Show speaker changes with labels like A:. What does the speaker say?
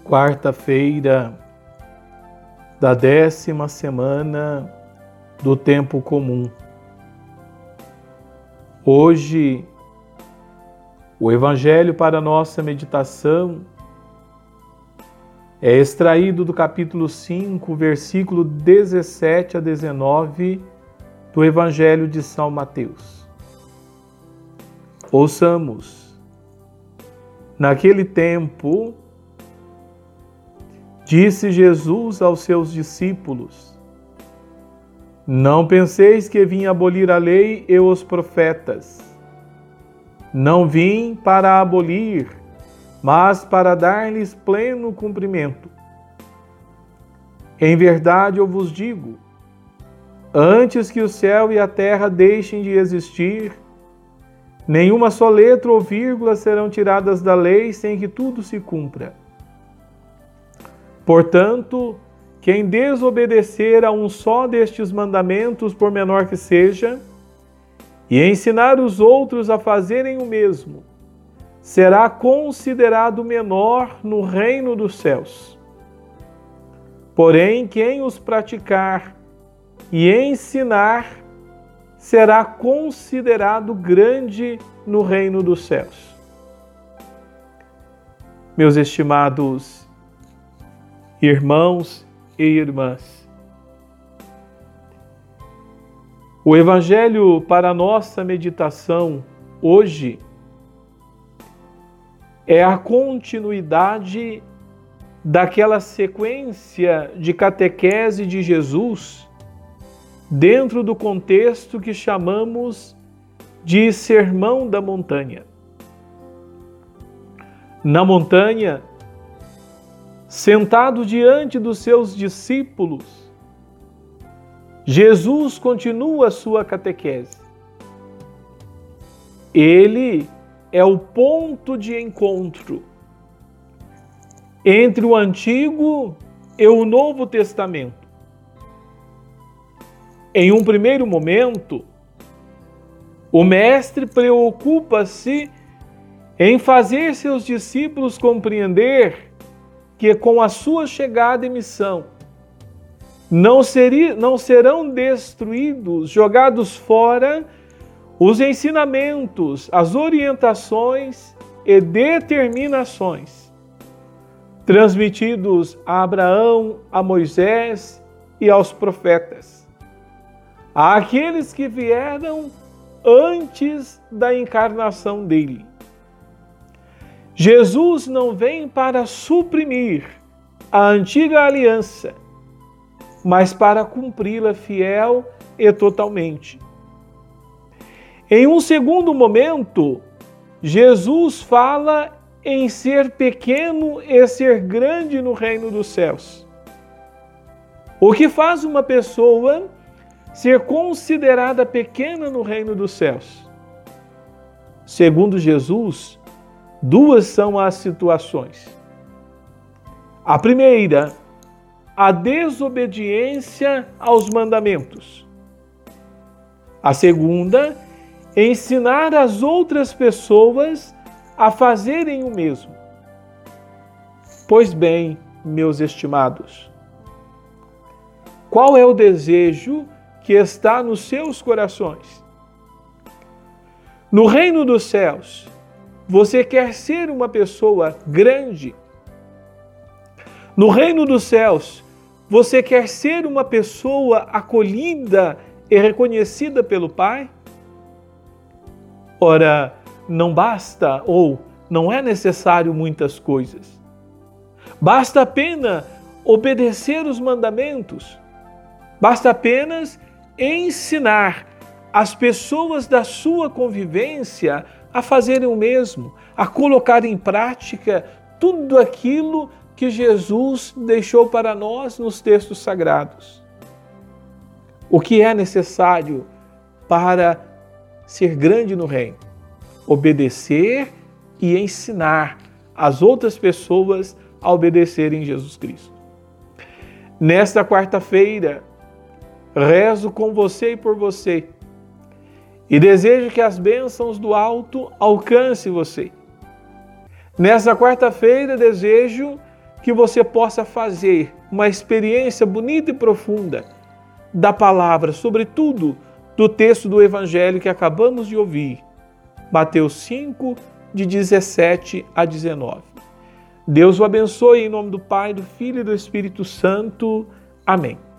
A: Quarta-feira da 10ª semana do tempo comum. Hoje, o Evangelho para nossa meditação é extraído do capítulo 5, versículo 17 a 19 do Evangelho de São Mateus. Ouçamos. Naquele tempo, disse Jesus aos seus discípulos: Não penseis que vim abolir a lei e os profetas. Não vim para abolir, mas para dar-lhes pleno cumprimento. Em verdade eu vos digo, antes que o céu e a terra deixem de existir, nenhuma só letra ou vírgula serão tiradas da lei sem que tudo se cumpra. Portanto, quem desobedecer a um só destes mandamentos, por menor que seja, e ensinar os outros a fazerem o mesmo, será considerado menor no reino dos céus. Porém, quem os praticar e ensinar será considerado grande no reino dos céus. Meus estimados irmãos e irmãs, o Evangelho para a nossa meditação hoje é a continuidade daquela sequência de catequese de Jesus dentro do contexto que chamamos de Sermão da Montanha. Na montanha, sentado diante dos seus discípulos, Jesus continua a sua catequese. Ele é o ponto de encontro entre o Antigo e o Novo Testamento. Em um primeiro momento, o Mestre preocupa-se em fazer seus discípulos compreender que com a sua chegada e missão não serão destruídos, jogados fora, os ensinamentos, as orientações e determinações transmitidos a Abraão, a Moisés e aos profetas, àqueles que vieram antes da encarnação dele. Jesus não vem para suprimir a antiga aliança, mas para cumpri-la fiel e totalmente. Em um segundo momento, Jesus fala em ser pequeno e ser grande no reino dos céus. O que faz uma pessoa ser considerada pequena no reino dos céus? Segundo Jesus, duas são as situações. A primeira, a desobediência aos mandamentos. A segunda, ensinar as outras pessoas a fazerem o mesmo. Pois bem, meus estimados, qual é o desejo que está nos seus corações? No reino dos céus, você quer ser uma pessoa grande? No reino dos céus, você quer ser uma pessoa acolhida e reconhecida pelo Pai? Ora, não basta ou não é necessário muitas coisas. Basta apenas obedecer os mandamentos. Basta apenas ensinar as pessoas da sua convivência a fazerem o mesmo, a colocar em prática tudo aquilo que Jesus deixou para nós nos textos sagrados. O que é necessário para ser grande no reino? Obedecer e ensinar as outras pessoas a obedecerem Jesus Cristo. Nesta quarta-feira, rezo com você e por você, e desejo que as bênçãos do alto alcancem você. Nesta quarta-feira, desejo que você possa fazer uma experiência bonita e profunda da palavra, sobretudo do texto do Evangelho que acabamos de ouvir, Mateus 5, de 17 a 19. Deus o abençoe em nome do Pai, do Filho e do Espírito Santo. Amém.